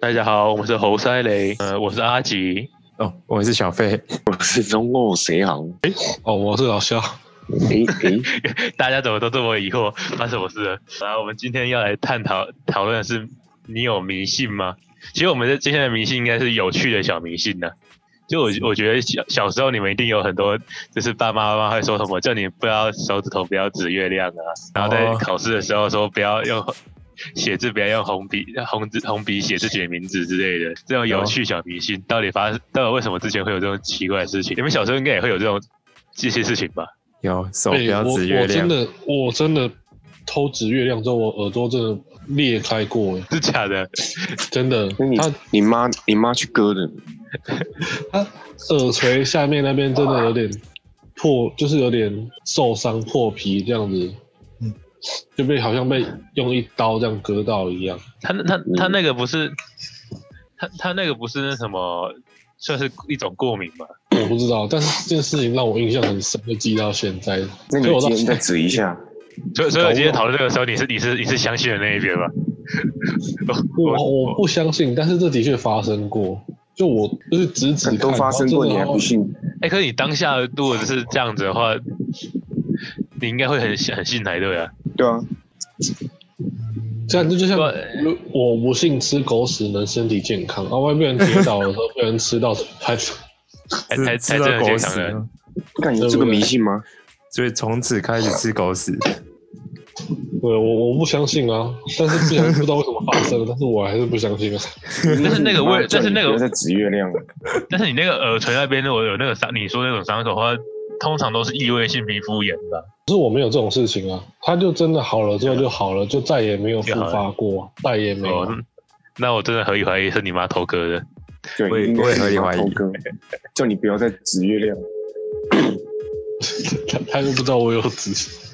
大家好，我是侯赛雷，我是阿吉， 我是小费， 我是中共谁行？ 我是老肖。 大家怎么都这么疑惑，发生什么事了？我们今天要来讨论的是，你有迷信吗？其实我们今天的迷信应该是有趣的小迷信呢。就我觉得小时候你们一定有很多，就是爸爸妈妈会说什么，叫你不要手指头不要指月亮啊，然后在考试的时候说不要用写字，不要用红笔写自己的名字之类的，这种有趣小迷信，到底为什么之前会有这种奇怪的事情？你们小时候应该也会有这些事情吧？ 有手不要指月亮。 我真的偷指月亮之后，我耳朵真的裂开过， 是假的？ 真的。 你妈去割的。 他耳垂下面那边真的有点破，就是有点受伤破皮这样子，就好像被用一刀这样割到一样。 他那个不是他那个不是那什么，算是一种过敏吗？ 我不知道，但是这件事情让我印象很深，就记到现在。 那你今天再指一下。 所以我今天讨论这个时候，你是相信的那一边吧？ 我不相信，但是这的确发生过。就我就是指看， 都发生过，你还不信？ 可是你当下如果是这样子的话，你应该会很信才对啊。 对啊。 这样就像我不信吃狗屎能身体健康，外面人跌倒的时候被人吃到才真的狗屎了。 看有这个迷信吗？ 所以从此开始吃狗屎。 对，我不相信啊，但是既然不知道为什么发生了，但是我还是不相信啊。 但是那个在指月亮。 但是你那个耳垂那边，如果有那个你说那种伤口的话，通常都是异位性皮肤炎吧？ 可是我没有这种事情啊，它就真的好了之后就好了，就再也没有复发过，再也没有。 那我真的合理怀疑是你妈偷割的。 对，我也合理怀疑。叫你不要再指月亮。 他又不知道我有指。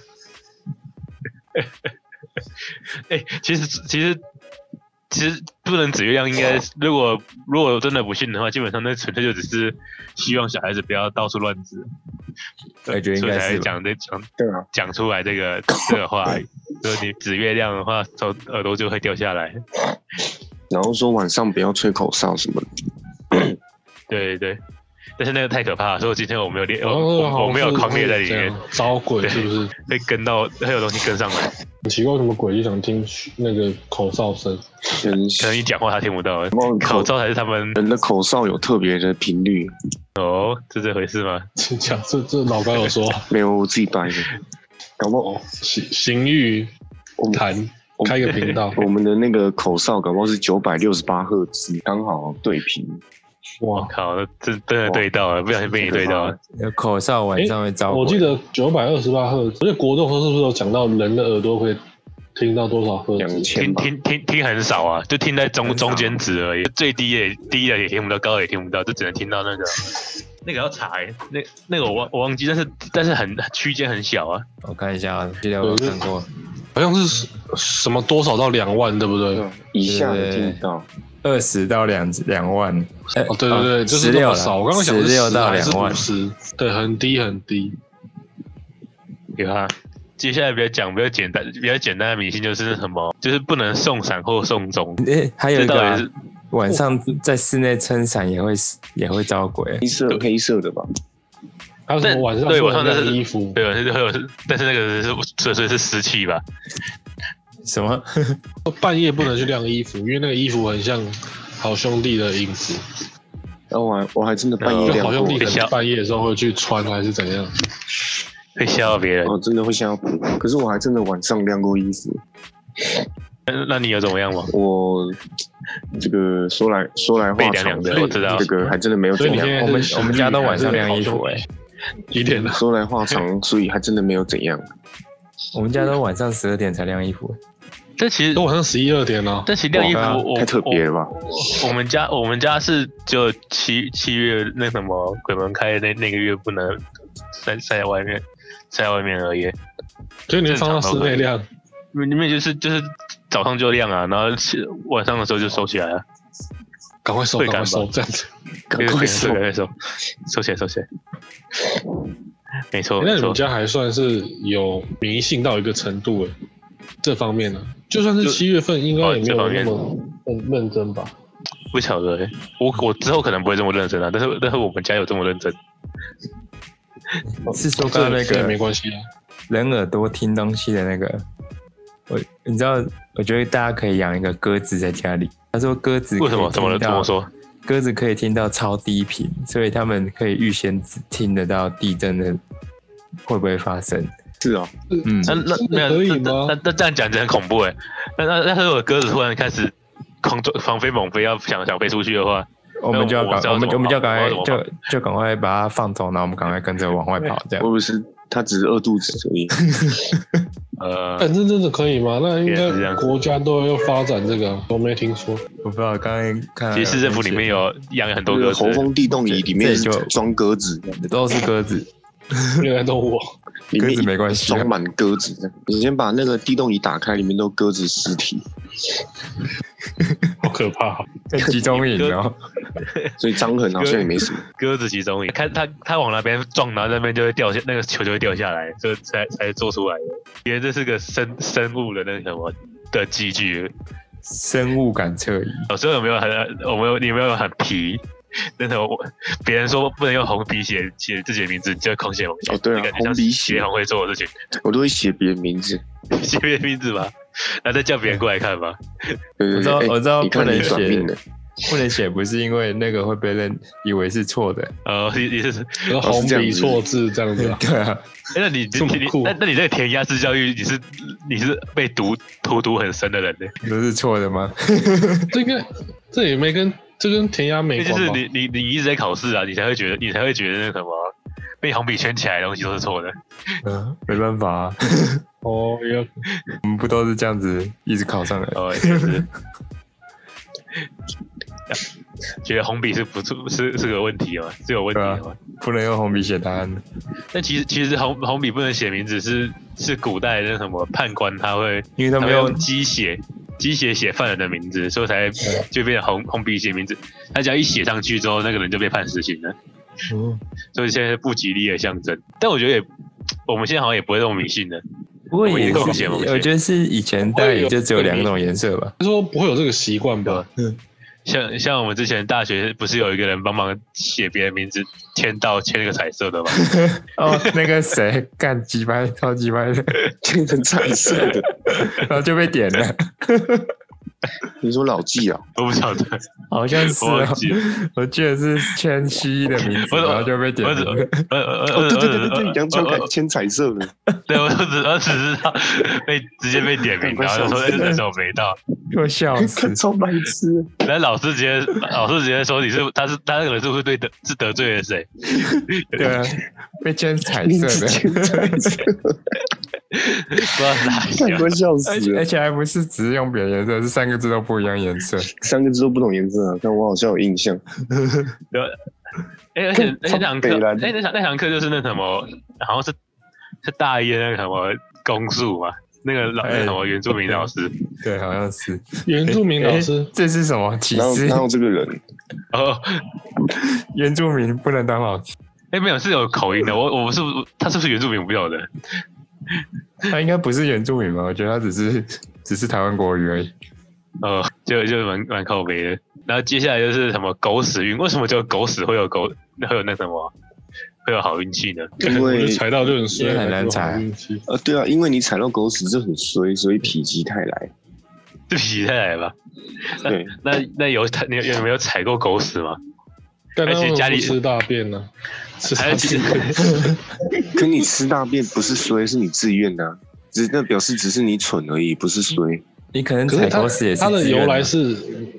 其实不能指月亮，应该如果真的不信的话，基本上那纯粹就只是希望小孩子不要到处乱指。 我觉得应该是讲出来这个话，就是你指月亮的话，耳朵就会掉下来。 然后说晚上不要吹口哨什么的。 对。但是那个太可怕了，所以今天我没有狂列在里面。 招鬼是不是？ 会跟到会有东西跟上来。 很奇怪，什么鬼就想听那个口哨声？ 可能你讲话他听不到，口哨才是他们人的口哨有特别的频率。 哦，是这回事吗？ 这老高有说。 没有，我自己掰的。搞不好邢玉谈开一个频道， 我们的那个口哨搞不好是968赫兹，刚好对频。 哇靠！真的对到了，不小心被你对到了。 口哨晚上会招鬼。 我记得928赫兹，而且国中时候是不是有讲到人的耳朵会听到多少赫兹？ 听很少啊，就听在中间值而已。最低的也听不到，高的也听不到，就只能听到那个要查那个我忘记，但是很区间很小啊。 我看一下啊，记得我看过， 好像是什么多少到2万，对不对？ 以下的听到。 20到2万。 对，就是那么少。我刚刚想是 16到2万 ，50，对，很低很低。 有啊，接下来比较简单的迷信就是什么？就是不能送伞或送钟。 还有一个晚上在室内撑伞也会招鬼。 黑色的吧？ 还有什么晚上晾衣服？ 对，但是那个纯粹是湿气吧？ 什么？ 半夜不能去晾衣服，因为那个衣服很像好兄弟的影子。 然后我还真的半夜晾过。 好兄弟可能半夜的时候会去穿还是怎样？ 会吓到别人。 真的会吓到别人。可是我还真的晚上晾过衣服。 那你有怎么样吗？ 我这个说来话长的， 我知道这个还真的没有怎样。 我们家都晚上晾衣服几点了？ 说来话长，所以还真的没有怎样。 我们家都晚上12点才晾衣服。 这其实都晚上11、2点了。 但其实晾衣服太特别了吧？ 我们家是就七月那什么鬼门开那个月不能晒在外面而已。 所以你放到室内晾？ 里面就是早上就晾啊，然后晚上的时候就收起来了。 赶快收，这样子。 赶快收起来。没错。 那你们家还算是有迷信到一个程度这方面呢？就算是7月份，应该也没有那么认真吧？ 不晓得欸，我之后可能不会这么认真啊，但是我们家有这么认真。 是说刚刚那这也个没关系啊。 人耳朵听东西的那个，你知道，我觉得大家可以养一个鸽子在家里。他说鸽子为什么？怎么说？ 鸽子可以听到超低频，所以他们可以预先听得到地震的会不会发生。 是啊， 那没有可以吗？ 那这样讲就很恐怖哎。那如果鸽子突然开始狂飞猛飞，要想飞出去的话， 我们就要赶快把它放走，然后我们赶快跟着往外跑，这样。 会不会是他只是饿肚子而已？ 但这真的可以吗？那应该国家都要发展这个，我没听说。 我不知道，刚才看其实市政府里面有养很多鸽子， 洪峰地动仪里面就装鸽子， 都是鸽子， 原来都我。 里面鸽子没关系啊装满鸽子。你先把那个地动仪打开，里面都鸽子尸体， 好可怕！ 跟集中营哦。 所以张衡好像也没什么。 鸽子集中营，看他往那边撞，然后那边就会掉下，那个球就会掉下来，这才做出来的。因为这是个生物的那个什么的机具， 生物感测仪。 所以有没有很皮？真的，别人说不能用红笔写自己的名字，你就空写红写。 对啊，红笔写红会做的事情， 我都会写别人名字， 写别人名字吧，然后再叫别人过来看吧。 对对， 我知道你看你短命的。 不能写，不是因为那个会被人以为是错的。 也是红笔错字这样子。 对啊。 那你这个填鸭式教育，你是被荼毒很深的人呢？ 都是错的吗？ 这也没跟填鸭没关吧？ 就是你一直在考试啊，你才会觉得那个什么被红笔圈起来的东西都是错的。 没办法啊。 哦， 我们不都是这样子一直考上来？ 也是。觉得红笔是个问题吗？是有问题的吗？ 不能用红笔写答案。 但其实红笔不能写名字是古代的那什么判官他会， 因为他们用鸡血写犯人的名字，所以才就变成红笔写名字。他只要一写上去之后，那个人就被判死刑了。所以现在是不吉利的象征。但我觉得我们现在好像也不会这么迷信的。 不过我觉得是以前大概也就只有2种颜色吧。 说不会有这个习惯吧？ 像我们之前大学不是有一个人帮忙写别人名字签那个彩色的吗？ 那个谁干鸡掰，超鸡掰的， 签成彩色的， 然后就被点了。 你说老纪啊？ 我不晓得， 好像是我记得是签西的名字，然后就被点了。 对，杨传凯签彩色的。 对，我只知道直接被点名，然后就说人手没到， 我笑死， 超白痴。 然后老师直接说他那个人是不是是得罪了谁？ 对啊，被签彩色的。 不知道是哪一个，笑死了！ 而且还不是只是用别的颜色，是3个字都不一样颜色 ，3个字都不同颜色啊！但我好像有印象。 而且那堂课，那堂课就是那什么，好像是大一的那个什么公数嘛，那个什么原住民老师， 对，好像是原住民老师。 这是什么歧视？ 哪有这个人？ 原住民不能当老师？ 没有，是有口音的。他是不是原住民？我不晓得。 他应该不是原住民吧？我觉得他只是台湾国语而已。 就蛮靠北的。然后接下来就是什么狗屎运？为什么只有狗屎会有那什么会有好运气呢？ 因为踩到就很衰， 很难踩。 对啊，因为你踩到狗屎就很衰，所以否极泰来。 是否极泰来吧？ 对。 那你有没有踩过狗屎吗？ 而且家里吃大便呢？ 可你吃大便不是衰，是你自愿的、啊，那表示只是你蠢而已，不是衰。 你可能踩狗屎也是它的由来是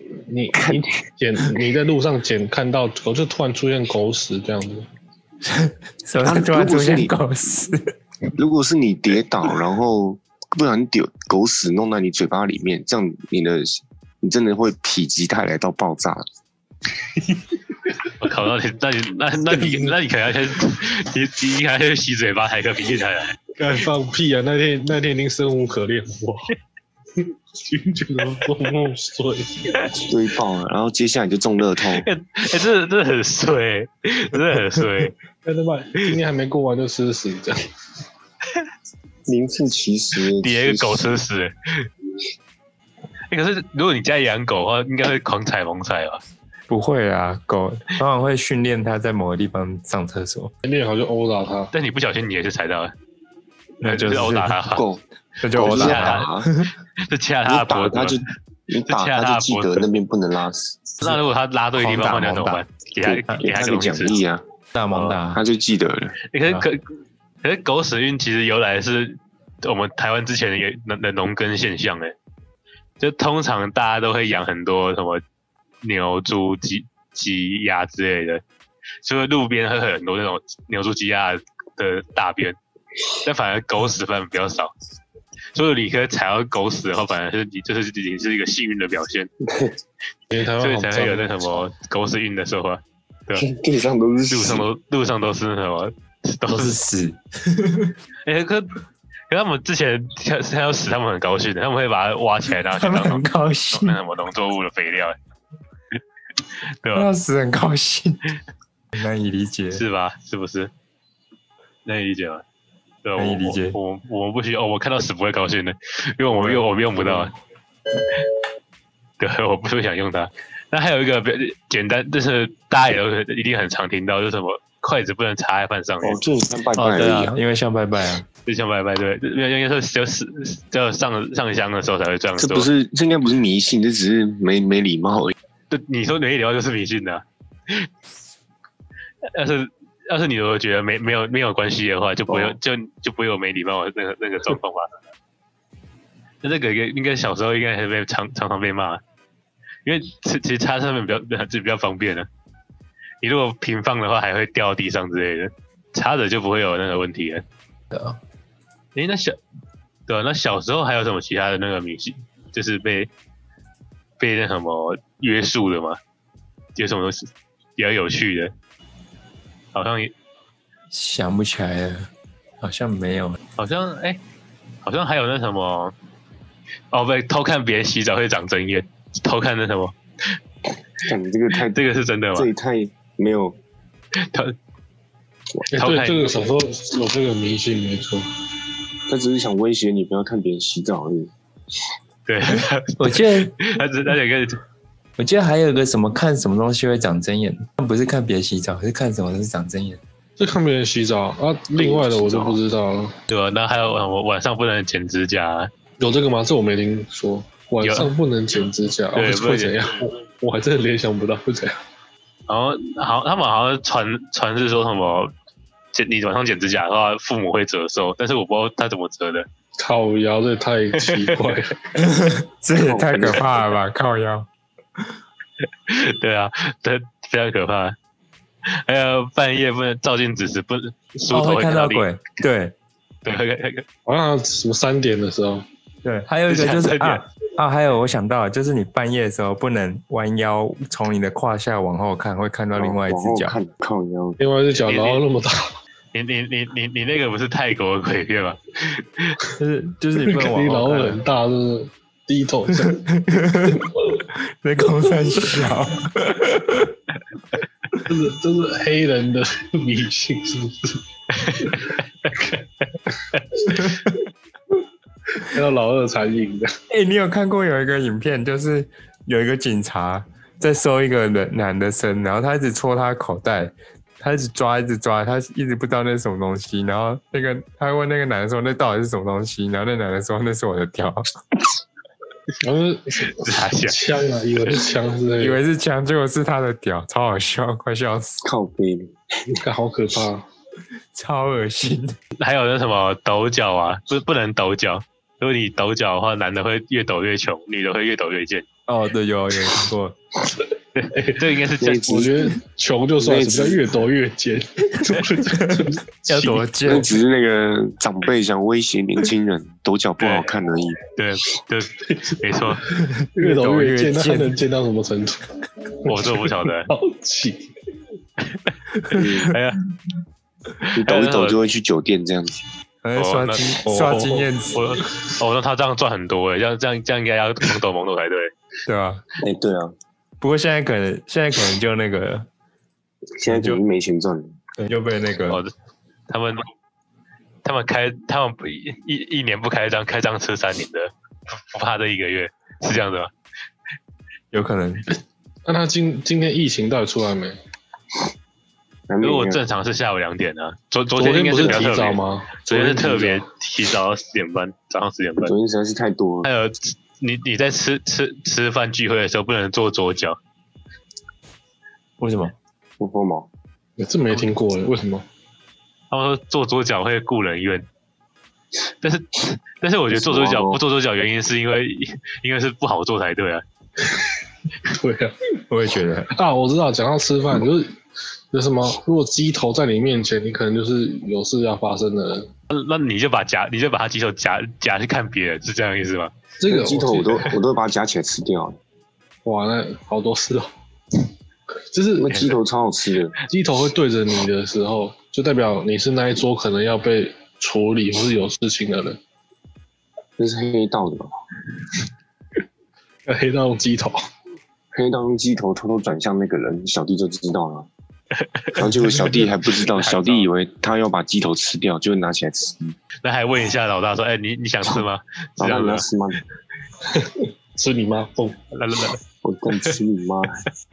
你在路上看到狗，就突然出现狗屎这样子。 什么突然出现狗屎？ 如果是你跌倒，然后不然丢狗屎弄在你嘴巴里面，这样你真的会否极泰来到爆炸。 我靠！那你可能要先你还要洗嘴巴才可以否极泰来。 干放屁啊！那天一定生无可恋，哇！觉得梦碎堆爆了，然后接下来就中乐透。 真的很衰，真的很衰。 今天还没过完就吃屎这样， 名副其实。 叠个狗吃屎。可可是如果你家里养狗的话，应该会狂踩猛踩吧？ 不会啦，狗通常会训练它在某个地方上厕所， 练好就殴打它。 但你不小心你也是踩到了， 那就是殴打它， 狗这就殴狗就是打它。 打， 就掐你它的脖子嘛。 打它就你打它就记得那边不能拉屎， 那如果它拉对地方，那怎么办？给它个东西吃。 奖励啊， 大猛打， 它就记得了。 可是狗屎运其实由来是我们台湾之前的农耕现象就通常大家都会养很多什么牛、猪、鸡、鸭之类的，所以路边会很多那种牛、猪、鸡、鸭的大便，但反而狗屎反而比较少。所以你可以踩到狗屎的话，反而是你是一个幸运的表现，所以才会有那什么狗屎运的说法，对吧？ 地上都是路上都是什么都是屎。 可他们之前看到屎，他们很高兴的，他们会把它挖起来，然后他们很高兴， 那什么农作物的肥料，对吧？ 看到屎很高兴，难以理解， 是吧？是不是？难以理解吗？对， 难以理解。 我们不需要，我看到屎不会高兴的，因为我们用不到。对，我不是想用它。那还有一个比较简单，就是大家也都一定很常听到，就是什么筷子不能插在饭上面。 就像拜拜而已啊， 因为像拜拜啊， 就像拜拜，对，因为就上香的时候才会这样做。 这应该不是迷信，这只是没礼貌而已。 对，你说没礼貌就是迷信的要是你如果觉得没有关系的话，就不会就不会有没礼貌的那个状况发生。那这个应该小时候应该还被常被骂，因为其实插上面比较方便的。你如果平放的话，还会掉地上之类的，插着就不会有那个问题了。 对啊。 那小时候还有什么其他的那个迷信，就是被那什么约束的吗？有什么比较有趣的？好像想不起来了，好像没有。 好像还有那什么，不，偷看别人洗澡会长针眼，偷看那什么。 你这个是真的吗？ 这也太没有。 对，这个小时候有这个迷信，没错。 他只是想威胁你不要看别人洗澡而已。 对， 我记得我记得还有一个什么看什么东西会长针眼，不是看别人洗澡，是看什么是长针眼。 是看别人洗澡啊，另外的我就不知道了。 对吧？那还有我晚上不能剪指甲， 有这个吗？这我没听说。晚上不能剪指甲，会怎样？我还真的联想不到会怎样。 然后他们好像传是说什么，你晚上剪指甲的话，父母会折寿，但是我不知道他怎么折的。 靠腰，这太奇怪了， 这也太可怕了吧！靠腰。 对啊，这非常可怕。还有半夜不能照镜子时，不梳头会看到鬼。对， 好像什么3点的时候。 对，还有一个就是还有我想到就是你半夜的时候不能弯腰从你的胯下往后看，会看到另外一只脚。 靠腰， 另外一只脚然后那么大。 你那个不是泰国的鬼片吗？ 就是你不能往后看。 你老二很大，就是低头这样。 在公山小。 这是黑人的迷信，是不是？看到老二残影的。 你有看过有一个影片，就是有一个警察在搜一个男的身，然后他一直戳他口袋，他一直抓，他一直不知道那是什么东西，然后他问那个男的说那到底是什么东西，然后那男的说那是我的屌。 然后枪啊，以为是枪之类的， 以为是枪，结果是他的屌，超好笑，快笑死！ 靠背， 好可怕， 超恶心。 还有那什么抖脚啊，不能抖脚，如果你抖脚的话，男的会越抖越穷，女的会越抖越贱。 对，有听过。 这应该是我觉得穷就算，什么叫越抖越贱？ 要多贱？ 那只是那个长辈想威胁年轻人，抖脚不好看而已。 对，没错。 越抖越贱，那还能贱到什么程度？ 我这我不晓得。 好气！ 哎呀， 你抖一抖就会去酒店这样子。 刷经验值。 那他这样赚很多这样应该要猛抖才对。 对啊。 对啊。 不过现在可能就那个， 现在就没钱赚了， 就被那个他们一年不开张，开张吃3年的，不怕这1个月。 是这样的吗？ 有可能。 那他今天疫情到底出来没？ 如果正常是下午2点啊，昨天应该不是提比较特别早吗？ 昨天是特别提早到10点半，早上10点半。 昨天实在是太多了。 还有你在吃饭聚会的时候不能坐左脚， 为什么？ 为什么？ 这没听过耶，为什么？ 他们说坐左脚会顾人怨，但是我觉得坐左脚不坐左脚原因是因为是不好坐才对啊。 对啊， 我也觉得啊，我知道，讲到吃饭就是有什么，如果鸡头在你面前，你可能就是有事要发生的人。 那你就把他鸡头夹去看别人，是这样的意思吗？ 这个鸡头我都把它夹起来吃掉了。 哇，那好多事哦。就是那鸡头超好吃的， 鸡头会对着你的时候，就代表你是那一桌可能要被处理或是有事情的人。 这是黑道的吧？ 黑道用鸡头， 黑道用鸡头偷偷转向那个人，小弟就知道了。然后结果小弟还不知道，小弟以为他要把鸡头吃掉，就拿起来吃。 那还问一下老大说：“你想吃吗？” 老大你要吃吗？ 吃你妈！蹦！ 来， 我敢吃你妈！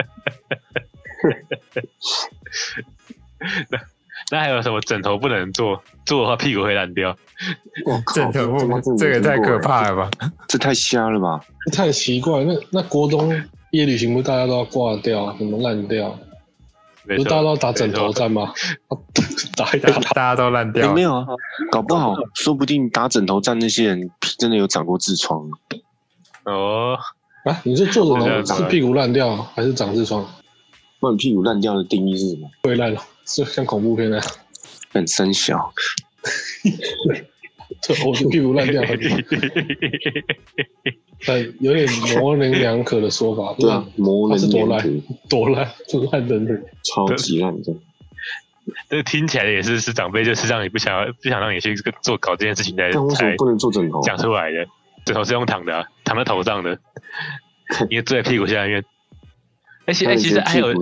那还有什么枕头不能坐的话屁股会烂掉？ 枕头这个太可怕了吧？ 这太瞎了吧？ 太奇怪，那国中毕业旅行不大家都要挂掉，什么烂掉？不是大家都要打枕头战吗？打一打， 大家都烂掉。 没有啊，搞不好说不定打枕头战那些人真的有长过痔疮。 哦啊，你是坐枕头是屁股烂掉还是长痔疮？ 不然屁股烂掉的定义是什么？ 会烂了，是像恐怖片那样。 很生小。 我的屁股烂掉很有点模棱两可的说法。 对啊，模棱两可， 多烂，就烂人， 超级烂的。 这听起来也是长辈就是让你不想让你去搞这件事情才但为什么不能做枕头？ 讲出来的枕头是用躺的、啊，躺在头上的，你坐在屁股下面。其实还有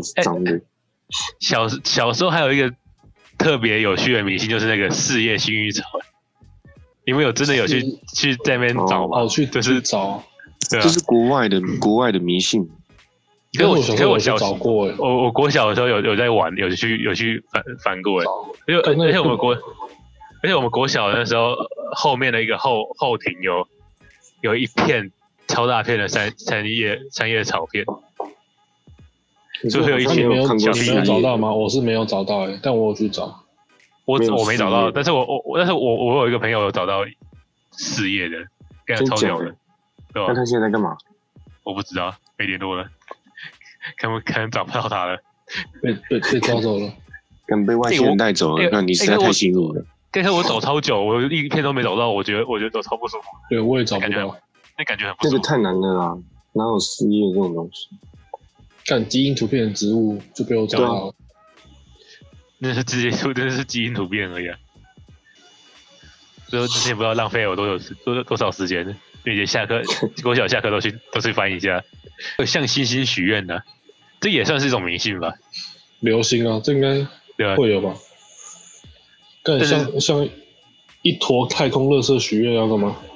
小时候还有一个特别有趣的迷信，就是那个4叶薰衣草。你们有真的有去在那边找吗？ 就是找， 对啊， 这是国外的迷信。 可我小找过我国小的时候有在玩，有去翻过而且我们国小的那时候后面的一个后庭有一片超大片的三叶草片。就会有一群你没有找到吗？我是没有找到但我有去找。 我没找到，但是我有一个朋友有找到4叶的，跟他超屌的，对吧？ 那他现在在干嘛？ 我不知道，没联络了，可能找不到他了， 被抓走了， 可能被外星人带走了。那你实在太幸运了。 但是我走超久，我一片都没找到，我觉得走超不舒服。 对，我也找不到， 那感觉很不舒服。 这个太难了啦，哪有4叶这种东西？ 看基因突变的植物就被我找到了。 那是直接真的是基因突变而已啊！所以之前不知道浪费我多少时间，并且国小下课都去翻一下，向星星许愿的，这也算是一种迷信吧？ 流星啊，这应该会有吧？干像一坨太空垃圾许愿要干嘛？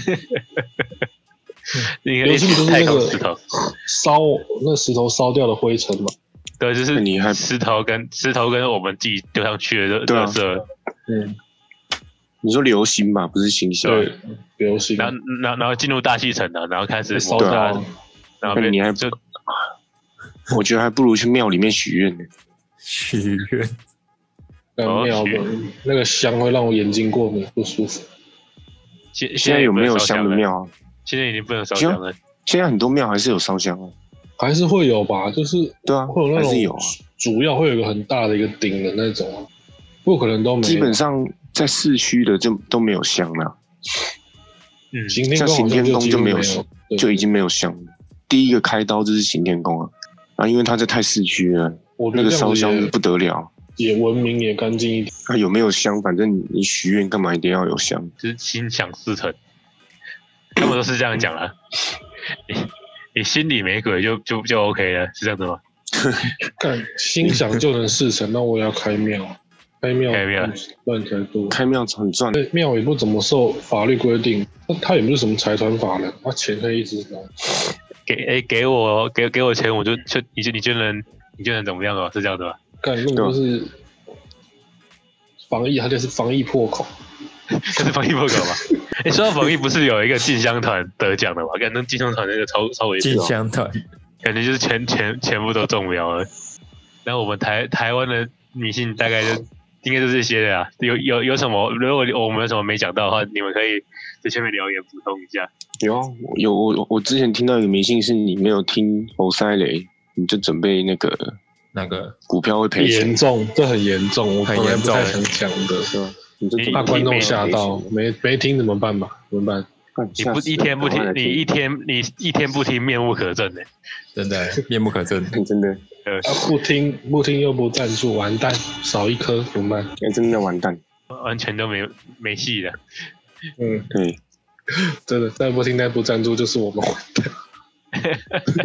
流星就是那个那石头烧掉的灰尘嘛。 对，就是石头跟我们自己丢上去的垃圾。 你说流星吧，不是星星。 对，流星。 然后进入大气层了，然后开始烧掉， 然后你还就， 我觉得还不如去庙里面许愿呢。 许愿。 庙的那个香会让我眼睛过敏，不舒服。 现在有没有香的庙啊？ 现在已经不能烧香了。 现在很多庙还是有烧香啊。 还是会有吧，就是对啊， 会有那种主要会有一个很大的一个顶的那种，不可能都没有。 基本上在市区的就都没有香了。像行天宫就没有，就已经没有香了。第一个开刀就是行天宫啊，因为它在太市区了，那个烧香不得了， 也文明也干净一点。 它有没有香，反正你许愿干嘛一定要有香， 就是心想事成，他们都是这样讲啦。你心里没鬼就 OK 了，是这样子吗？ 干心想就能事成，那我也要开庙， 开庙赚才多， 开庙很赚。 庙也不怎么受法律规定，他也不是什么财团法人，他钱可以一直拿。 给我钱，你就能怎么样哦？是这样的吧？ 干，那个就是防疫，他就是防疫破口。 这是防疫破口吗？说到防疫，不是有一个进香团得奖的吗？感觉进香团那个超危险。 进香团感觉就是全部都中标了。然后我们台湾的迷信大概应该就这些的啊。有什么？如果我们有什么没讲到的话，你们可以在下面留言补充一下。 有我之前听到一个迷信是你没有听侯赛雷，你就准备那个股票会赔钱。 严重，这很严重，我本来不太想讲的，是吧？怕观众吓到，没听怎么办吧？怎么办？ 你一天不听，你一天不听，面目可憎的， 真的面目可憎， 真的。 不听又不赞助，完蛋，少一颗怎么办？ 真的完蛋， 完全都没戏了。 对， 真的再不听再不赞助就是我们完蛋。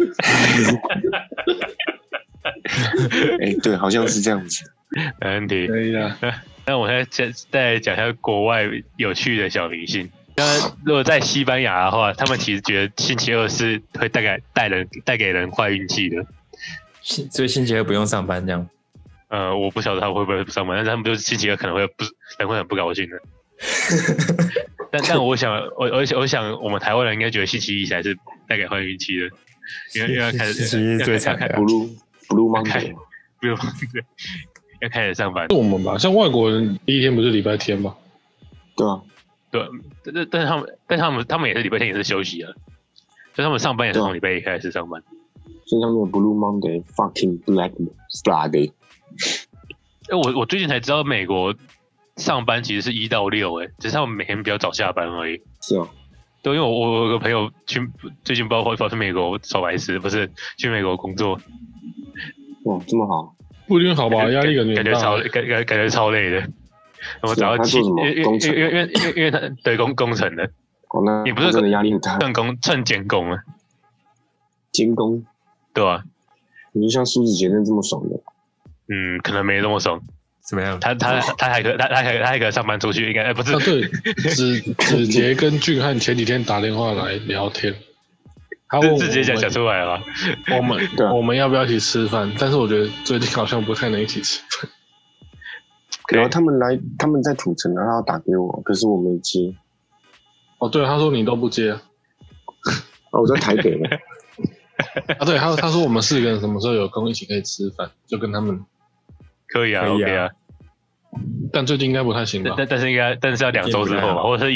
对，好像是这样子。 没问题， 可以啊。 那我再讲一下国外有趣的小迷信。如果在西班牙的话，他们其实觉得星期二是会带给人坏运气的， 所以星期二不用上班这样。 我不晓得他们会不会不上班，但是他们就是星期二可能会人会很不高兴的。但我想我们台湾人应该觉得星期一才是带给坏运气的，因为要开始星期一最惨的 Blue Monday， 要开始上班。 是我们吧，像外国人第一天不是礼拜天吗？ 对啊。 对，但是他们也是礼拜天也是休息啊，所以他们上班也是从礼拜一开始上班。 所以他们有 Blue Monday fucking Black Friday。 我最近才知道美国上班其实是1到6，只是他们每天比较早下班而已。 是啊。 对，因为我有个朋友最近不知道去美国找白痴，不是去美国工作。 哇，这么好？ 不一定好吧，压力感觉超累的。我早上因为他对工程的， 那你不是真的压力很大， 算监工啊？ 监工， 对啊， 你就像苏子杰那这么爽的？ 可能没那么爽。 怎么样？ 他还可以上班出去，应该不是？ 对，子杰跟俊汉前几天打电话来聊天，他问直接讲出来了。 我们要不要一起吃饭？但是我觉得最近好像不太能一起吃饭。 然后他们在土城，然后他打给我，可是我没接。 哦，对，他说你都不接。 我在台北呢。 对，他说我们4个人什么时候有空一起可以吃饭，就跟他们。 可以啊 ，OK 啊。 但最近应该不太行吧？ 但是要2周之后吧，或者是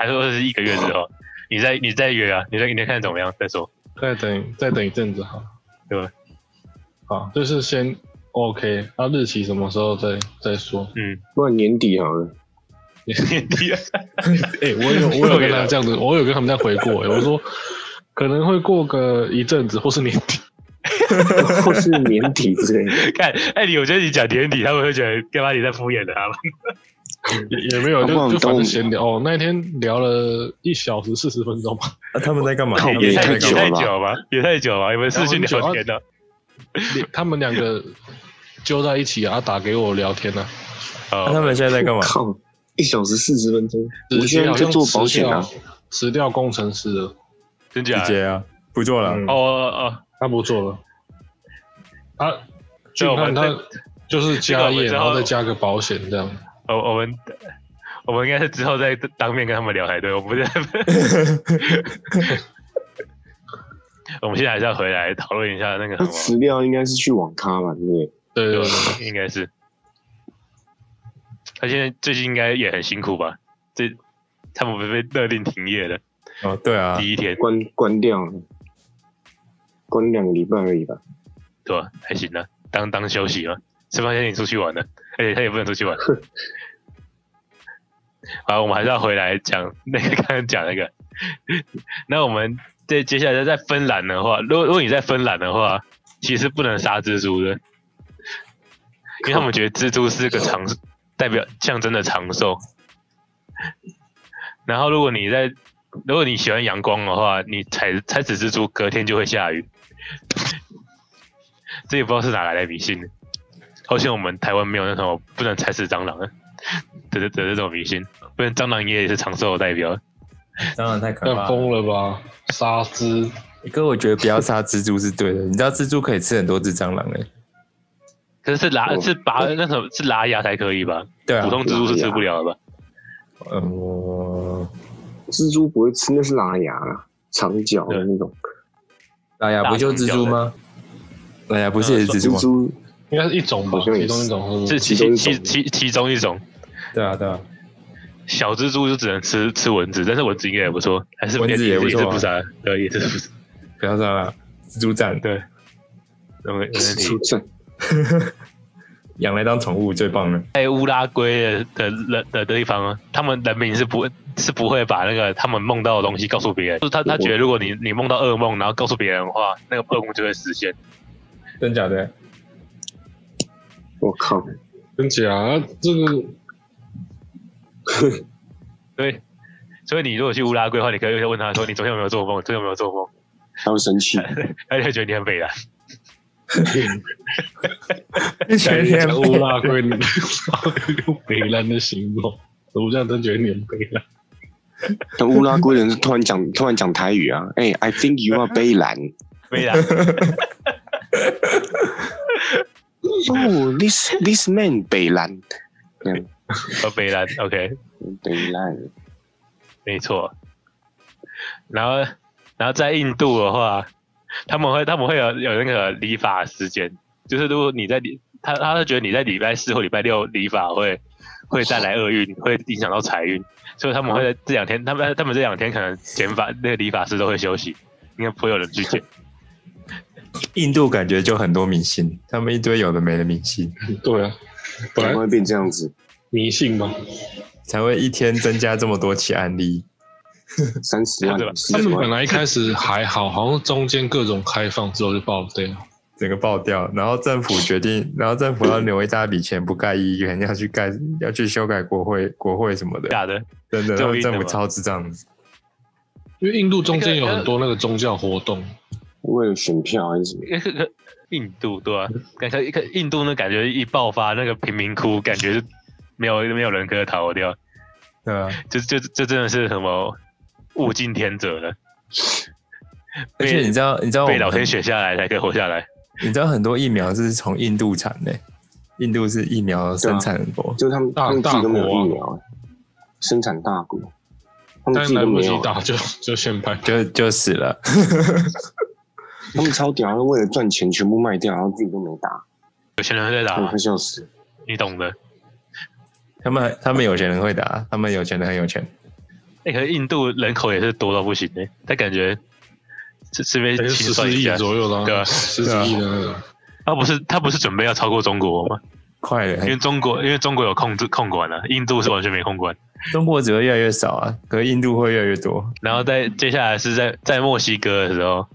1个月之后，你再约啊，你再看怎么样再说。 再等一阵子好， 对吧？ 好，就是先。OK， 日期什么时候再说？ 不然年底好了。 年底啊！ 我有跟他这样子，我有跟他们这样回过。我说可能会过个一阵子，或是年底， 或是年底之类的。 看，我觉得你讲年底，他们会觉得干嘛你在敷衍他们？ 也没有，就反正闲聊。那一天聊了1小时40分钟吧。 他们在干嘛？ 也太久吧？也太久了，有没有视讯聊天的？ 他们2个揪在一起啊，打给我聊天啊。 他们现在在干嘛 ？1小时40分钟， 我现在在做保险啊， 辞掉工程师了， 真假？ 直接啊，不做了。 他不做了。俊汉他就是加业，然后再加个保险这样。 我们应该是之后再当面跟他们聊才对，我不是。我们现在还是要回来讨论一下那个。 他辞掉应该是去网咖吧，对不对？ 对，应该是。他现在最近应该也很辛苦吧？他们不是被勒令停业了？ 哦，对啊， 第一天关掉了，关2个礼拜而已吧。 对吧？还行啊，当休息嘛。吃饭先你出去玩了，而且他也不能出去玩。好，我们还是要回来讲那个刚刚讲那个。那我们接下来在芬兰的话，如果你在芬兰的话，其实不能杀蜘蛛的，因为他们觉得蜘蛛是个代表象征的长寿。然后如果你喜欢阳光的话，你踩死蜘蛛，隔天就会下雨。这也不知道是哪来的迷信的。 好像我们台湾没有那种不能踩死蟑螂的这种迷信，不然蟑螂也是长寿的代表。 蟑螂太可怕了， 疯了吧？杀蜘， 哥，我觉得不要杀蜘蛛是对的。你知道蜘蛛可以吃很多只蟑螂可是拔那种是拉牙才可以吧？ 对啊， 普通蜘蛛是吃不了的吧？ 蜘蛛不会吃，那是拉牙啦，长脚的那种。 拉牙不就蜘蛛吗？拉牙不是也是蜘蛛吗？ 蜘蛛应该是一种吧，其中一种是其中一种。 对啊，对啊。 小蜘蛛就只能吃蚊子，但是蚊子应该也不错，还是蚊子也不错， 也是不杀，对，也是不杀。 不要杀了，蜘蛛赞， 对， 蜘蛛赞， 养来当宠物最棒了。 在乌拉圭的地方，他们人民是不会把那个他们梦到的东西告诉别人，就是他觉得如果你梦到噩梦，然后告诉别人的话，那个噩梦就会实现。 真假的？ 我靠， 真假？这个。 对，所以你如果去乌拉圭的话，你可以问他说：“你昨天有没有做梦？昨天有没有做梦？” 他会生气， 他就觉得你很北蓝。 全天乌拉圭用北蓝的形容，我这样真觉得你很北蓝。 但乌拉圭人突然讲台语啊，I think you are 北蓝， 北蓝。 Oh, this man 北蓝，这样。 北蓝 ，OK， 北蓝， 没错。然后在印度的话，他们会有那个理发时间，就是如果你在他觉得你在礼拜4或礼拜6理发会带来厄运，会影响到财运，所以他们会在这2天，他们这2天可能剪发那个理发师都会休息，应该不会有人去剪。 印度感觉就很多迷信，他们一堆有的没的迷信。 对啊， 本来会变这样子。 迷信吗？ 才会一天增加这么多起案例 ，30万。 他们本来一开始还好，好像中间各种开放之后就爆掉， 整个爆掉。然后政府要留一大笔钱不盖医院，要去修改国会什么的。 假的， 真的，政府超智障。 因为印度中间有很多那个宗教活动， 为了选票还是什么？ 印度对啊，感觉印度呢，感觉一爆发那个贫民窟，感觉是。没有人可以逃掉， 对啊， 这真的是什么物竞天择了。 而且你知道被老天选下来才可以活下来。 你知道很多疫苗是从印度产的，印度是疫苗生产国， 就他们自己都没有疫苗，生产大国，他们自己都没有打就先拍， 就死了。 他们超屌，为了赚钱全部卖掉，然后自己都没打。 有钱人在打， 快笑死， 你懂的。 他们有钱人会打，他们有钱人很有钱。 可是印度人口也是多到不行他感觉是被清算一下 14亿左右的， 对吧 ？10几亿的那种。 他不是准备要超过中国吗？ 快了， 因为中国有控管了，印度是完全没控管。 中国只会越来越少啊，可是印度会越来越多。 然后接下来是在墨西哥的时候，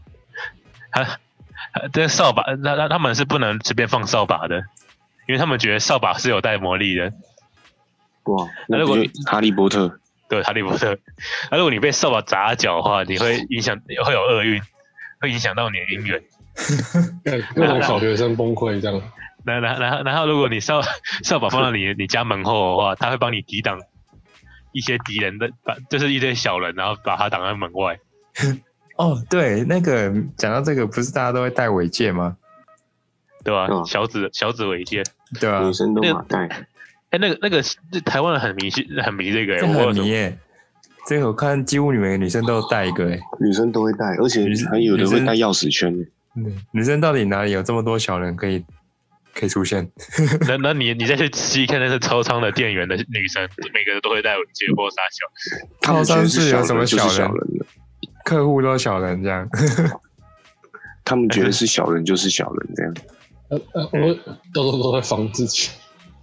这扫把，他们是不能随便放扫把的，因为他们觉得扫把是有带魔力的。 哇，那如果哈利波特， 对哈利波特，那如果你被扫把砸脚的话，你会会有厄运，会影响到你的姻缘。 各种小学生崩溃这样。 然后如果你扫把放到你家门后的话，他会帮你抵挡一些敌人的，就是一堆小人，然后把他挡在门外。 哦，对，那个讲到这个，不是大家都会戴尾戒吗？ 对吧？小指尾戒， 对啊， 女生都马戴。 那个台湾人很迷这个， 很迷耶。这个我看几乎每个女生都戴一个女生都会戴，而且还有的会戴钥匙圈。 女生到底哪里有这么多小人可以出现？ 那你再去仔细看那些超商的店员的女生，每个都会戴尾戒或撒小。 超商是有什么小人？客户都小人这样。 他们觉得是小人就是小人这样。 我都在防自己。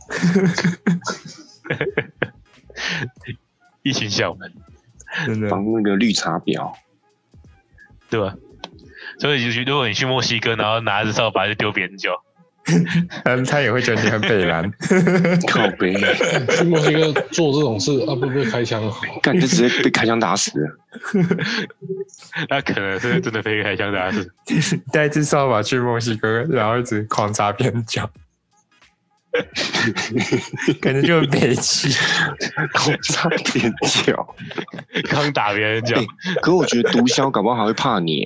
一群小人， 真的防那个绿茶婊， 对吧？所以如果你去墨西哥，然后拿着扫把就丢别人脚， 他也会觉得你很北蓝。 靠北， 去墨西哥做这种事啊，不被开枪， 干就直接被开枪打死了。 那可能是真的被开枪打死。 带一只扫把去墨西哥，然后一直狂砸别人脚。 感觉就很北气， 我差点脚， 刚打别人脚。 可我觉得毒枭搞不好还会怕你，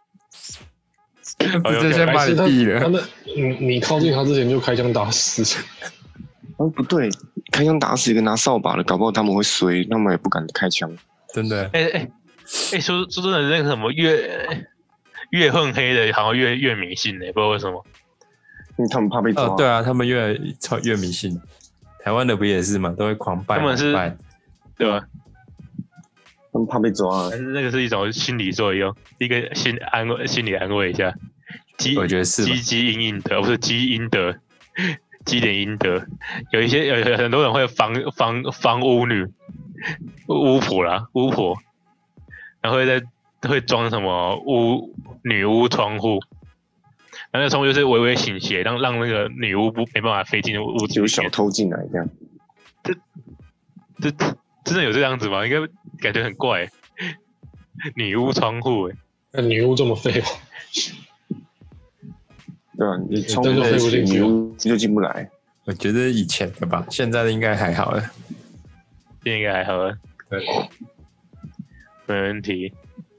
直接先把你毙了。 你靠近他之前就开枪打死。 不对，开枪打死一个拿扫把的，搞不好他们会衰，他们也不敢开枪。 真的。 说真的，那个什么越混黑的，好像越迷信呢，不知道为什么。 因为他们怕被抓。 对啊，他们越迷信。台湾的不也是嘛，都会狂拜。 他们是，对吧？ 他们怕被抓。 但是那个是一种心理作用，一个心理安慰一下。 我觉得是。 积阴阴德，不是积阴德，积点阴德。有很多人会防巫女、巫婆，然后会装什么女巫窗户。然后那窗户就是微微倾斜，让那个女巫没办法飞进屋子， 有小偷进来这样。 这真的有这样子吗？应该感觉很怪。女巫窗户， 那女巫这么废吗？ 对啊，你窗户飞不进去，女巫就进不来。 我觉得以前的吧，现在的应该还好了。 现在应该还好了。 对， 没问题。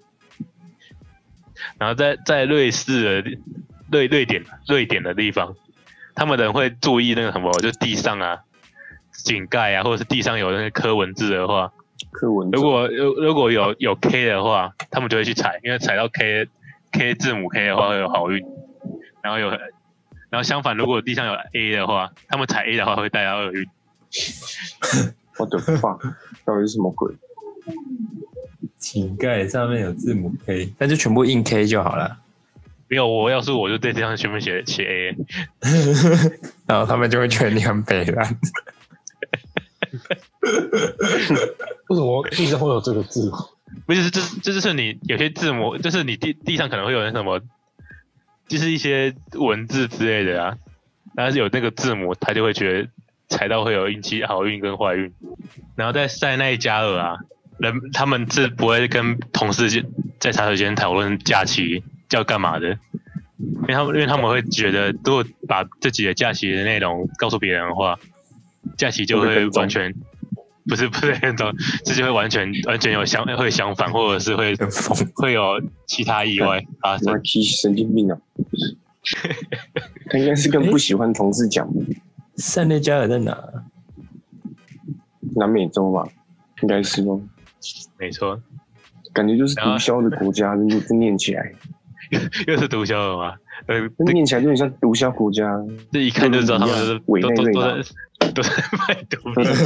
然后在瑞士的瑞典的地方，他们人会注意那个什么，就地上啊、井盖啊，或者是地上有那个刻文字的话，如果有 K 的话，他们就会去踩，因为踩到 K 字母 K 的话会有好运。然后相反，如果地上有 A 的话，他们踩 A 的话会带到厄运。 我的妈，到底是什么鬼？ 井盖上面有字母 K， 那就全部印 K 就好了。 没有，要是我就在地上全部写 A， 然后他们就会觉得你很北烂。 为什么地上会有这个字？ 不是，这就是你有些字母，就是你地上可能会有那什么，就是一些文字之类的啊，但是有那个字母，他就会觉得踩到会有运气好运跟坏运。然后在塞内加尔啊，他们是不会跟同事在茶水间讨论假期要干嘛的，因为他们会觉得，如果把自己的假期的内容告诉别人的话，假期就会完全不是那种，这就会完全会相反，或者是会有其他意外发生。 神经病啊！他应该是更不喜欢同事讲的。 塞内加尔在哪？ 南美洲吧，应该是哦。 没错， 感觉就是毒枭的国家，就念起来。 又是毒枭了吗？ 念起来就很像毒枭国家。 这一看就知道他们就是都在贩毒，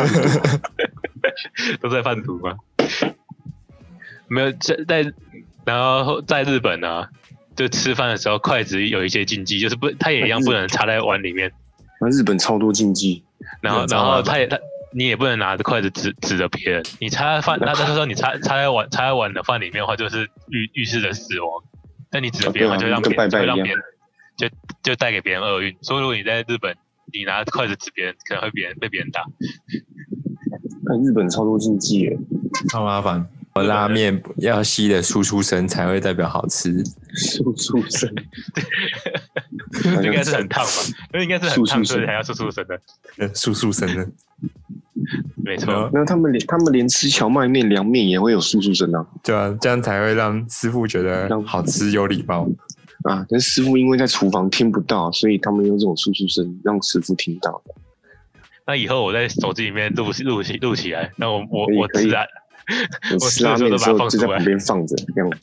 都在贩毒吗？没有然后在日本啊，就吃饭的时候筷子有一些禁忌，就是他也一样不能插在碗里面。 日本超多禁忌， 然后你也不能拿着筷子指着别人，你插饭，他说你插在碗的饭里面的话，就是预示着死亡。但你指着别人的话，就让别人就带给别人厄运。所以如果你在日本，你拿筷子指别人，可能会被别人打。 日本超多禁忌耶， 超麻烦。拉面要吸的酥酥声才会代表好吃。 酥酥声， 应该是很烫吧？那应该是很烫，所以才要酥酥声的。 酥酥声的， 没错。 那他们连吃荞麦面、凉面也会有酥酥声啊。 对啊，这样才会让师傅觉得好吃有礼貌啊。但师傅因为在厨房听不到，所以他们用这种酥酥声让师傅听到。 那以后我在手机里面录起来，那我自然。 我吃拉面的时候就在旁边放着，这样。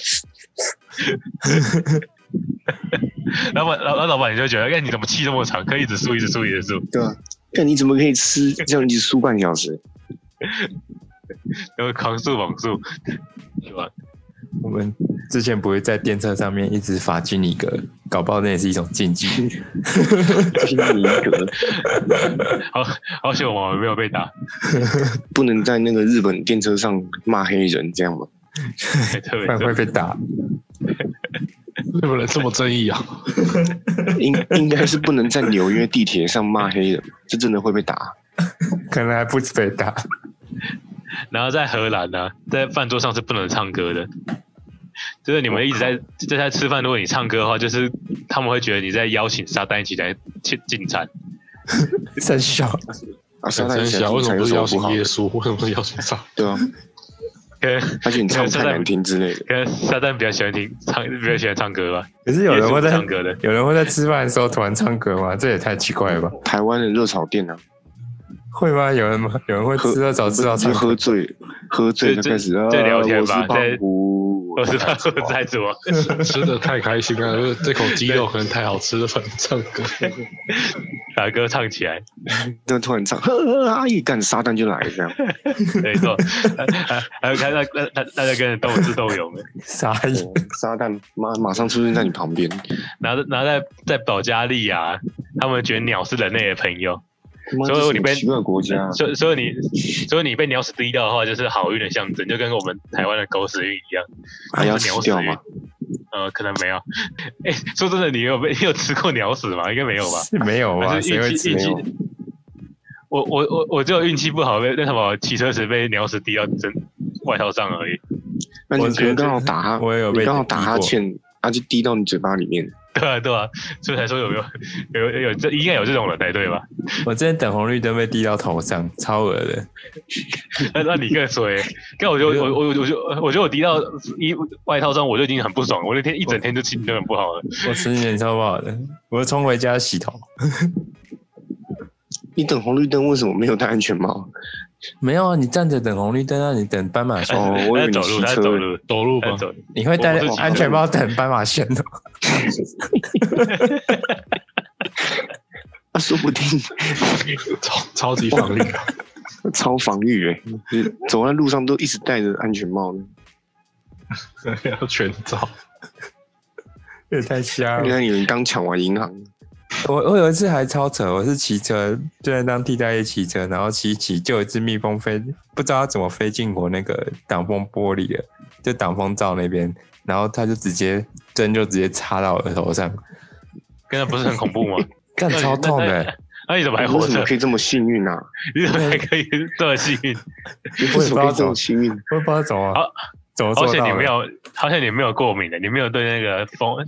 然后老板你就觉得，你怎么气这么长，可以一直输。 对啊，看你怎么可以吃这样一直输半小时？ 然后狂速猛速，是吧？ 我们之前不会在电车上面一直罚金一格，搞不好那也是一种禁忌。 金一格， 好险我们没有被打。 不能在那个日本电车上骂黑人，这样吗？ 不然会被打。 日本人这么正义啊？ 应该是不能在纽约地铁上骂黑人，这真的会被打。 可能还不止被打。 然后在荷兰呢，在饭桌上是不能唱歌的，就是你们一直在吃饭，如果你唱歌的话，就是他们会觉得你在邀请撒旦一起来进餐， 三小撒旦很小，为什么不是邀请耶稣？为什么不是邀请上？ 对啊，而且你唱太难听之类的。 可能撒旦比较喜欢唱歌吧。 可是有人会在唱歌的， 有人会在吃饭的时候突然唱歌吗？这也太奇怪了吧！ 台湾的热炒店啊， 会吗？有人吗？有人会吃到早知道唱歌？ 喝醉就开始在聊天吧， 我是胖虎在做， 吃的太开心了，这口鸡肉可能太好吃了，唱歌， 把歌唱起来， 就突然唱，呵阿姨干撒旦就来这样， 没错，还有看大家跟着斗智斗勇的， 撒旦马上出现在你旁边， 然后在保加利亚，他们觉得鸟是人类的朋友。 所以你被奇怪的国家， 所以你被鸟屎滴掉的话，就是好运的象征，就跟我们台湾的狗屎运一样。 还要吃掉吗？ 可能没有。说真的，你有吃过鸟屎吗？应该没有吧？ 是没有吧？谁会吃？ 我只有运气不好，那什么骑车时被鸟屎滴到外套上而已。 那你可能刚好打哈， 我也有被刚好打哈欠，就滴到你嘴巴里面。 对啊，所以才说有这应该有这种人才对吧？ 我之前等红绿灯被滴到头上，超恶的。 那你更衰，我觉得我滴到外套上，我就已经很不爽，我那天一整天就心情就很不好了。 我心情超不好的，我就冲回家洗头。 你等红绿灯为什么没有戴安全帽？ 没有啊，你站着等红绿灯啊，你等斑马线。 我以为你骑车走路吧。 你会戴安全帽等斑马线的。 说不定超级防御， 超防御走在路上都一直戴着安全帽呢。 要全罩， 也太瞎了。 你看有人刚抢完银行。 我有一次还超扯，我是骑车，就在当替代役骑车，然后骑就有一只蜜蜂飞，不知道它怎么飞进我那个挡风玻璃了，就挡风罩那边，然后它就直接插到我的头上， 真的不是很恐怖吗？ 干超痛的。 那你怎么还活着？ 为什么可以这么幸运啊？ 你怎么还可以这么幸运？ 为什么可以这么幸运？ 我也不知道怎么做到的。 好像你没有过敏的，你没有对那个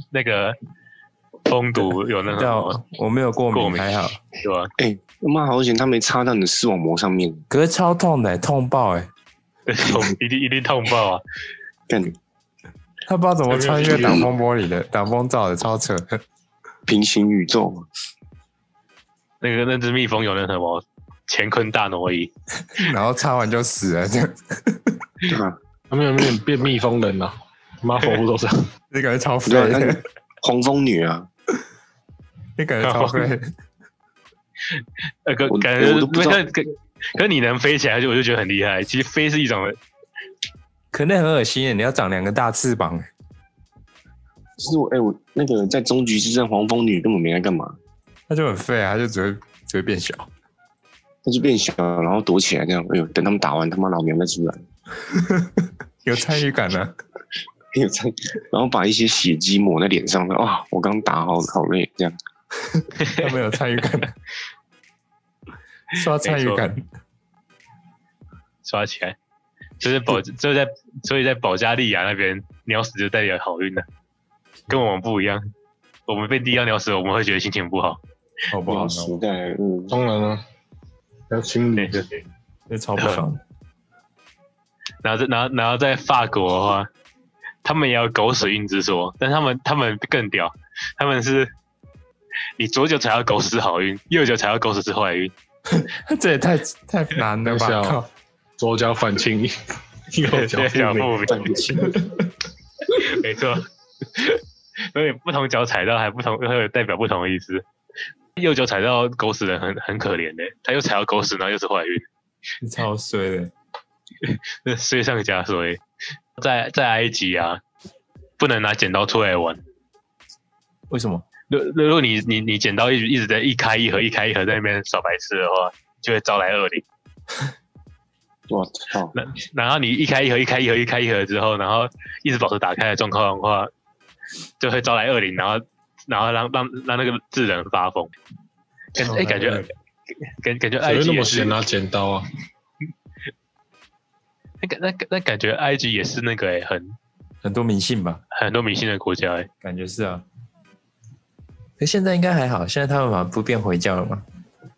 蜂毒有那个？ 我没有过敏，还好， 对吧？ 妈好险，他没插到你的视网膜上面。 可是超痛的，痛爆一定痛爆啊！ 干， 他不知道怎么穿越挡风玻璃的挡风罩的，超扯。 平行宇宙。 那只蜜蜂有那什么乾坤大挪移， 然后插完就死了，这样。 对啊， 他们有没有变蜜蜂人啊？妈佛不都这样？ 这感觉超废的。 黄蜂女啊， 那感觉超废。 感觉可你能飞起来，我就觉得很厉害。其实飞是一种， 可能很恶心耶，你要长2个大翅膀。 其实我那个在终局之战，黄蜂女根本没在干嘛， 他就很废啊，他就只会变小， 他就变小，然后躲起来这样。等他们打完，他妈老娘再出来， 有参与感啊。 有参与，然后把一些血迹抹在脸上，我刚打好累这样。 他没有参与感，刷参与感， 刷起来，所以在保加利亚那边，鸟屎就代表好运的，跟我们不一样。我们被滴到鸟屎，我们会觉得心情不好， 好不好？ 时代， 当然了，要清理的， 这超不爽。 然后在法国的话，他们也有狗屎运之说，但他们更屌，他们是你左脚踩到狗屎是好运，右脚踩到狗屎是坏运。 这也太难了吧！ 左脚反清，右脚反清，没错。所以不同脚踩到会代表不同的意思。右脚踩到狗屎的人很可怜的，他又踩到狗屎，然后又是坏运， 超衰的， 衰上加衰。在埃及啊，不能拿剪刀出来玩。 为什么？ 如果你剪刀一直在一开一合在那边耍白痴的话，就会招来恶灵。 我操！ 然后你一开一合之后，然后一直保持打开的状况的话，就会招来恶灵，然后让那个智人发疯。感觉埃及那么闲拿剪刀啊？ 那感觉埃及也是那个很多迷信吧？ 很多迷信的国家感觉是啊。可现在应该还好，现在他们不变回教了吗？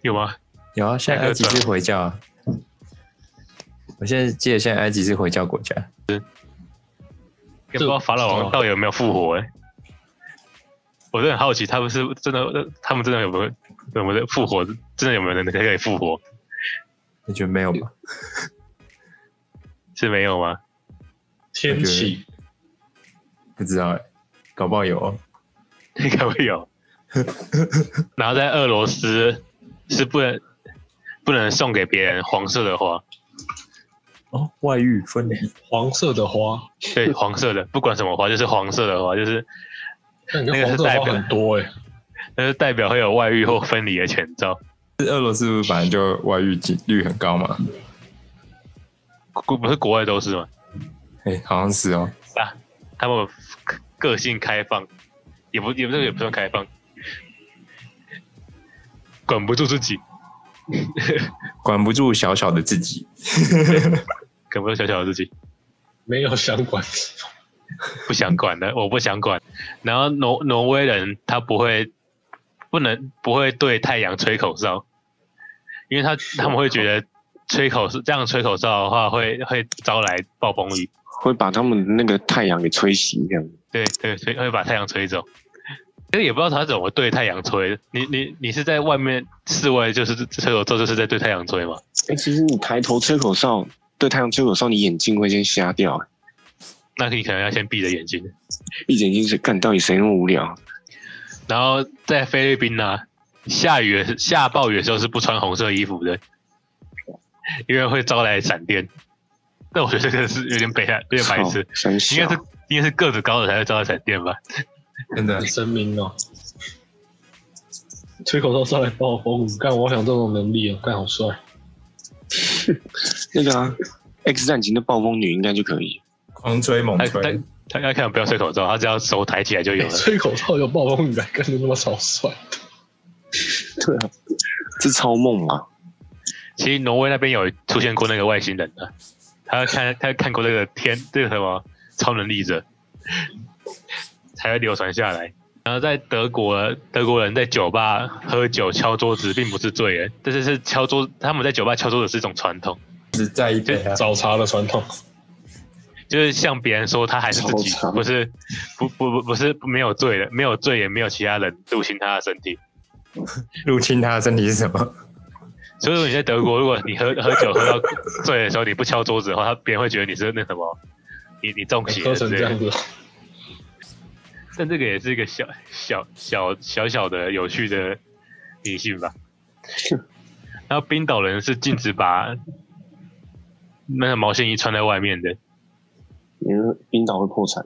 有吗？ 有啊，现在埃及是回教啊。我现在记得现在埃及是回教国家。 也不知道法老王到底有没有复活我都很好奇，他们真的有没有复活？真的有没有人可以复活？ 你觉得没有吗？ 是没有吗？ 天启不知道搞不好有哦。 应该会有。然后在俄罗斯是不能送给别人黄色的花。 哦，外遇分离。 黄色的花， 对，黄色的，不管什么花，就是黄色的花，就是那个是代表很多那是代表会有外遇或分离的前兆。 俄罗斯本来就外遇率很高嘛？ 不是国外都是吗？ 好像是哦。 他们个性开放，也不算开放，管不住自己， 管不住小小的自己， 管不住小小的自己， 没有想管， 不想管的，我不想管。然后挪威人他不会对太阳吹口哨，因为他们会觉得这样吹口哨的话会招来暴风雨， 会把他们那个太阳给吹熄这样。 对，会把太阳吹走。其实也不知道他怎么对太阳吹。你是在外面室外就是吹口哨，就是在对太阳吹吗？ 其实你抬头吹口哨，对太阳吹口哨，你眼睛会先瞎掉。 那你可能要先闭着眼睛。 闭着眼睛是干，到底谁那么无聊？ 然后在菲律宾呢，下暴雨的时候是不穿红色衣服的，因为会招来闪电。但我觉得这个是有点白痴，应该是个子高的才会招来闪电吧？ 真的， 神明哦！吹口哨上来暴风雨，干！我想这种能力干好帅。 那个X 战警的暴风女应该就可以， 狂吹猛吹。 他看不要吹口哨，他只要手抬起来就有了。 吹口哨有暴风雨来，干的那么超帅。 对啊，这超梦啊！ 其实挪威那边有出现过那个外星人的，他看过那个这个什么超能力者，才会流传下来。然后在德国人在酒吧喝酒敲桌子并不是罪人，但是敲桌，他们在酒吧敲桌子是一种传统， 只在一杯早茶的传统， 就是向别人说他还是自己，不是没有罪的，没有罪也没有其他人入侵他的身体。 入侵他的身体是什么？ 所以说你在德国，如果你喝酒喝到醉的时候，你不敲桌子的话，别人会觉得你是那什么，你中邪了， 喝成这样子。 但这个也是一个小的有趣的迷信吧。然后冰岛人是禁止把那个毛线衣穿在外面的。 因为冰岛会破产。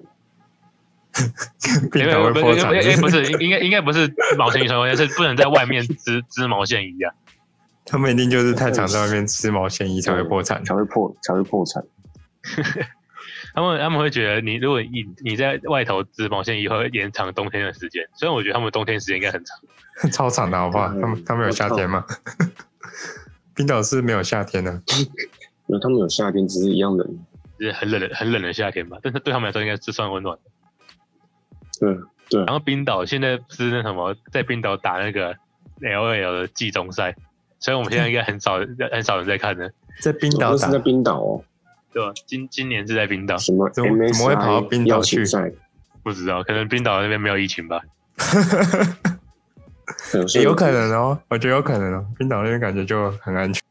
冰岛会破产？ 不是，应该不是毛线衣穿外面，是不能在外面织毛线衣啊。 他们一定就是太常在外面织毛线衣才会破产， 才会破产。 他们会觉得如果你在外头织毛线衣会延长冬天的时间，虽然我觉得他们冬天时间应该很长， 超长的好不好？他们有夏天吗？冰岛是没有夏天的， 他们有夏天，只是一样冷， 就是很冷的夏天吧。但是对他们来说应该是算温暖的。对。 然后冰岛现在是那什么，在冰岛打那个 LOL 的季中赛，所以我们现在应该很少人在看的。 在冰岛打？ 是在冰岛哦。 对吧？今年是在冰岛。 什么？ 怎么会跑到冰岛去？ 不知道，可能冰岛那边没有疫情吧。 有可能哦，我觉得有可能哦。冰岛那边感觉就很安全。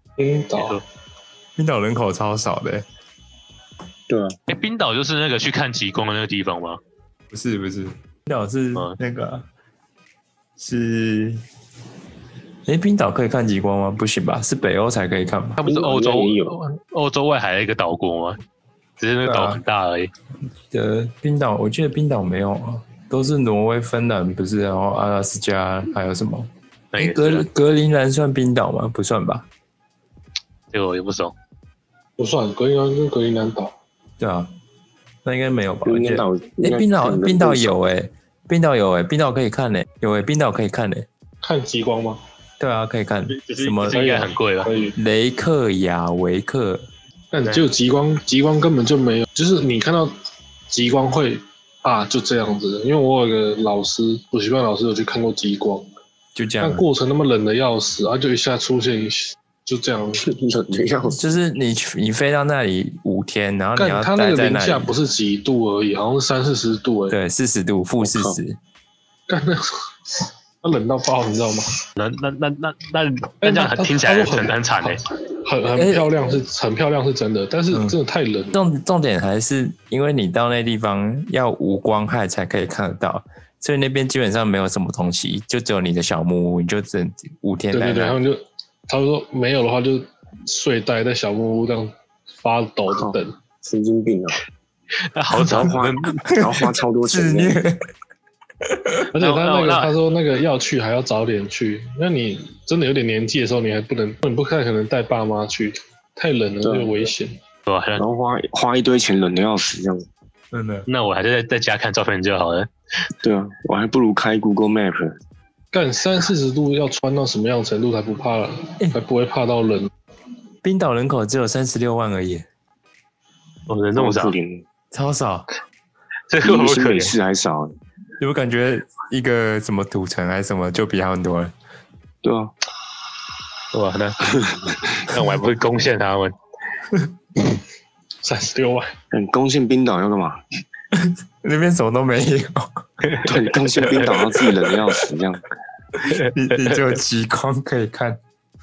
冰岛人口超少的。 对啊。 冰岛就是那个去看极光的那个地方吗？ 不是，冰岛是那个是。冰岛可以看极光吗？不行吧，是北欧才可以看吧？ 它不是欧洲外海的一个岛国吗？只是那个岛很大而已。 冰岛，我记得冰岛没有啊，都是挪威、芬兰不是？然后阿拉斯加还有什么？格陵兰算冰岛吗？不算吧？ 这个我也不熟。 不算，格陵兰跟格陵兰岛。 对啊，那应该没有吧？ 冰岛有冰岛有冰岛可以看有冰岛可以看看极光吗？ 对啊，可以看。什么？ 应该很贵吧？ 雷克雅维克。 但就极光根本就没有，就是你看到极光会就这样子的。因为我有个老师，补习班老师有去看过极光， 就这样。 但过程那么冷的要死啊，就一下出现就这样冷的要死。 就是你飞到那里5天，然后你要他那个待在那里， 零下不是几度而已，好像是30-40度对，40度，负40。 干那冷到爆，你知道吗？ 那这样听起来很惨哎。 很漂亮很漂亮是真的，但是真的太冷。 重点还是因为你到那地方要无光害才可以看得到，所以那边基本上没有什么东西，就只有你的小木屋，你就只能5天待那。 对，他们说没有的话就睡袋在小木屋这样发抖的等。 神经病啊！ 那好早然后花超多钱。 而且他说那个要去还要早点去，那你真的有点年纪的时候，你还不太可能带爸妈去，太冷了就危险。 对吧？ 然后花一堆钱，冷的要死这样。 真的。 那我还是在家看照片就好了。 对啊，我还不如开 Google Map。 干30-40度要穿到什么样的程度才不怕，才不会怕到冷？ 冰岛人口只有36万而已。 人这么少， 超少。 这个我新北市还少。 有感觉一个什么赌城还是什么就比他们多了。 对啊。 哇，那我还不会攻陷他们。 36万。 攻陷冰岛要干嘛？ 那边什么都没有。 对，攻陷冰岛要自己冷的要死这样。 你只有极光可以看。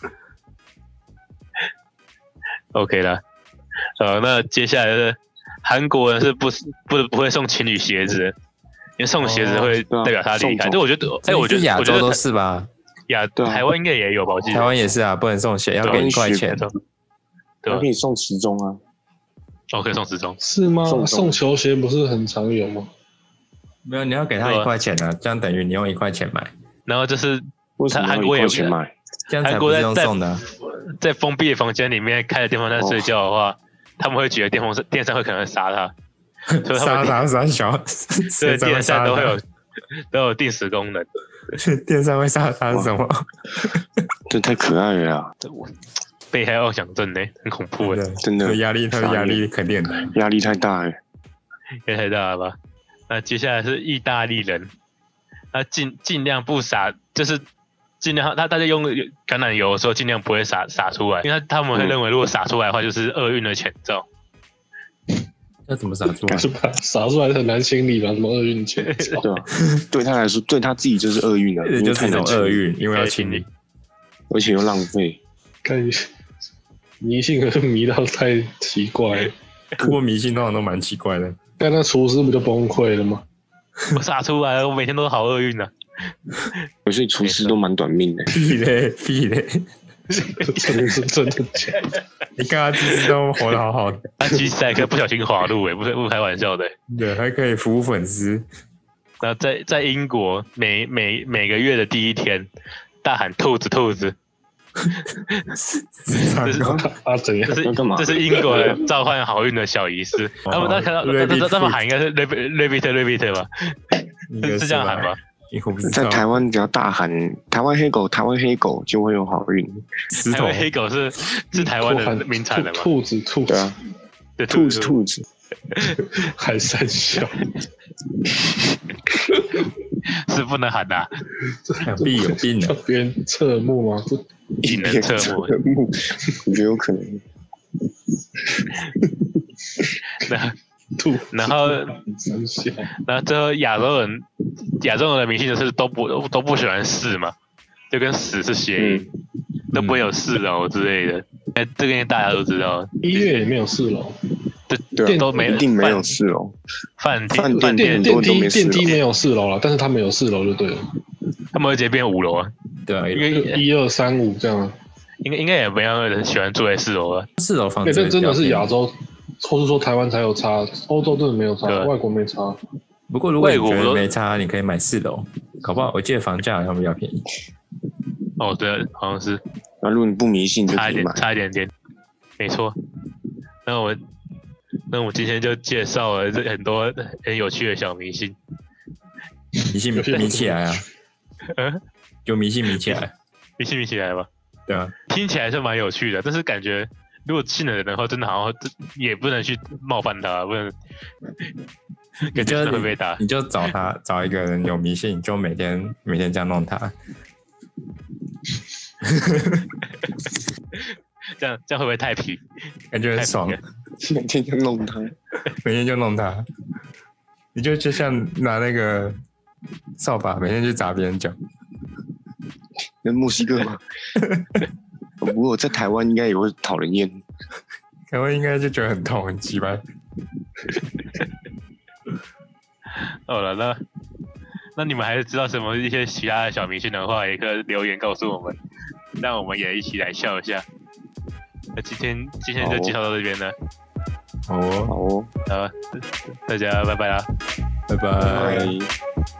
OK 啦。那接下来的韩国人是不会送情侣鞋子，因为送鞋子会代表他离开。这我觉得，我觉得亚洲都是吧？ 台湾应该也有吧？我记得台湾也是啊，不能送鞋，要给1块钱。 对，可以送时钟啊。 可以送时钟是吗？送球鞋不是很常有吗？ 没有，你要给他1块钱啊，这样等于你用1块钱买。 然后就是韩国也钱买， 这样才不是用送的。 在封闭的房间里面开着电风扇睡觉的话，他们会觉得电扇会可能杀他。 杀他三小， 对，电扇都有定时功能。 电扇会杀他什么？ 这太可爱了啊！ 被害妄想症呢，很恐怖哎， 真的压力，他的压力肯定的， 压力太大了， 也太大了吧？那接下来是意大利人，他尽量不洒，就是尽量大家用橄榄油的时候尽量不会洒出来，因为他们会认为如果洒出来的话就是厄运的前兆。 那怎么洒出来？ 洒出来很难清理吧？什么厄运前兆？ 对啊，对他来说，对他自己就是厄运了， 就是一种厄运，因为要清理， 而且又浪费。 看迷信可是迷到太奇怪了。 不过迷信通常都蛮奇怪的。 但那厨师不就崩溃了吗？ 我洒出来了，我每天都好厄运啊。 所以厨师都蛮短命的。 屁嘞！ 真的是真的假的？ 你看他其实都活得好好的， 他其实还可以不小心滑路不开玩笑的。 对，还可以服务粉丝。 那在英国每个月的第1天，大喊兔子。这是英国的召唤好运的小仪式。他们看到他们喊应该是 Rabbit 吧？是这样喊吧？ 在台湾只要大喊台湾黑狗就会有好运。 台湾黑狗是台湾的名产的吗？ 兔子对啊，兔子喊三小是不能喊的啊。 想必有病啊！ 别人侧目吗？ 引人侧目， 我觉得有可能。 然后最后亚洲人的迷信就是都不喜欢4嘛，就跟死是谐音，都不会有4楼之类的。这个大家都知道， 医院也没有4楼， 对， 都没一定没有4楼。 饭店电梯没有4楼了，但是他们有4楼就对了。 他们会直接变5楼啊？ 对啊， 因为 1、2、3、5这样。 应该也没有人喜欢住在4楼啊。 4楼房子， 这真的是亚洲。或是说台湾才有差，欧洲真的没有差，外国没差。 不过如果你觉得没差，你可以买4楼，搞不好我记得房价好像比较便宜。 哦，对，好像是。 那如果你不迷信，就差一点点，没错。那我今天就介绍了很多很有趣的小迷信。 迷信迷起来啊！有迷信迷起来， 迷起来吧。 对啊， 听起来是蛮有趣的，但是感觉。如果信的人的话，真的好像也不能去冒犯他，不能，感觉会被打。 你就找一个人有迷信，你就每天这样弄他， 这样会不会太皮？ 感觉很爽， 每天就弄他， 每天就弄他，你就像拿那个扫把每天去砸别人脚。 那墨西哥嘛，不过在台湾应该也会讨人厌。 台湾应该就觉得很痛很鸡掰。 好了，那你们还是知道什么一些其他的小迷信的话，也可以留言告诉我们，让我们也一起来笑一下。那今天就介绍到这边了。 好哦， 好，大家拜拜啦， 拜拜。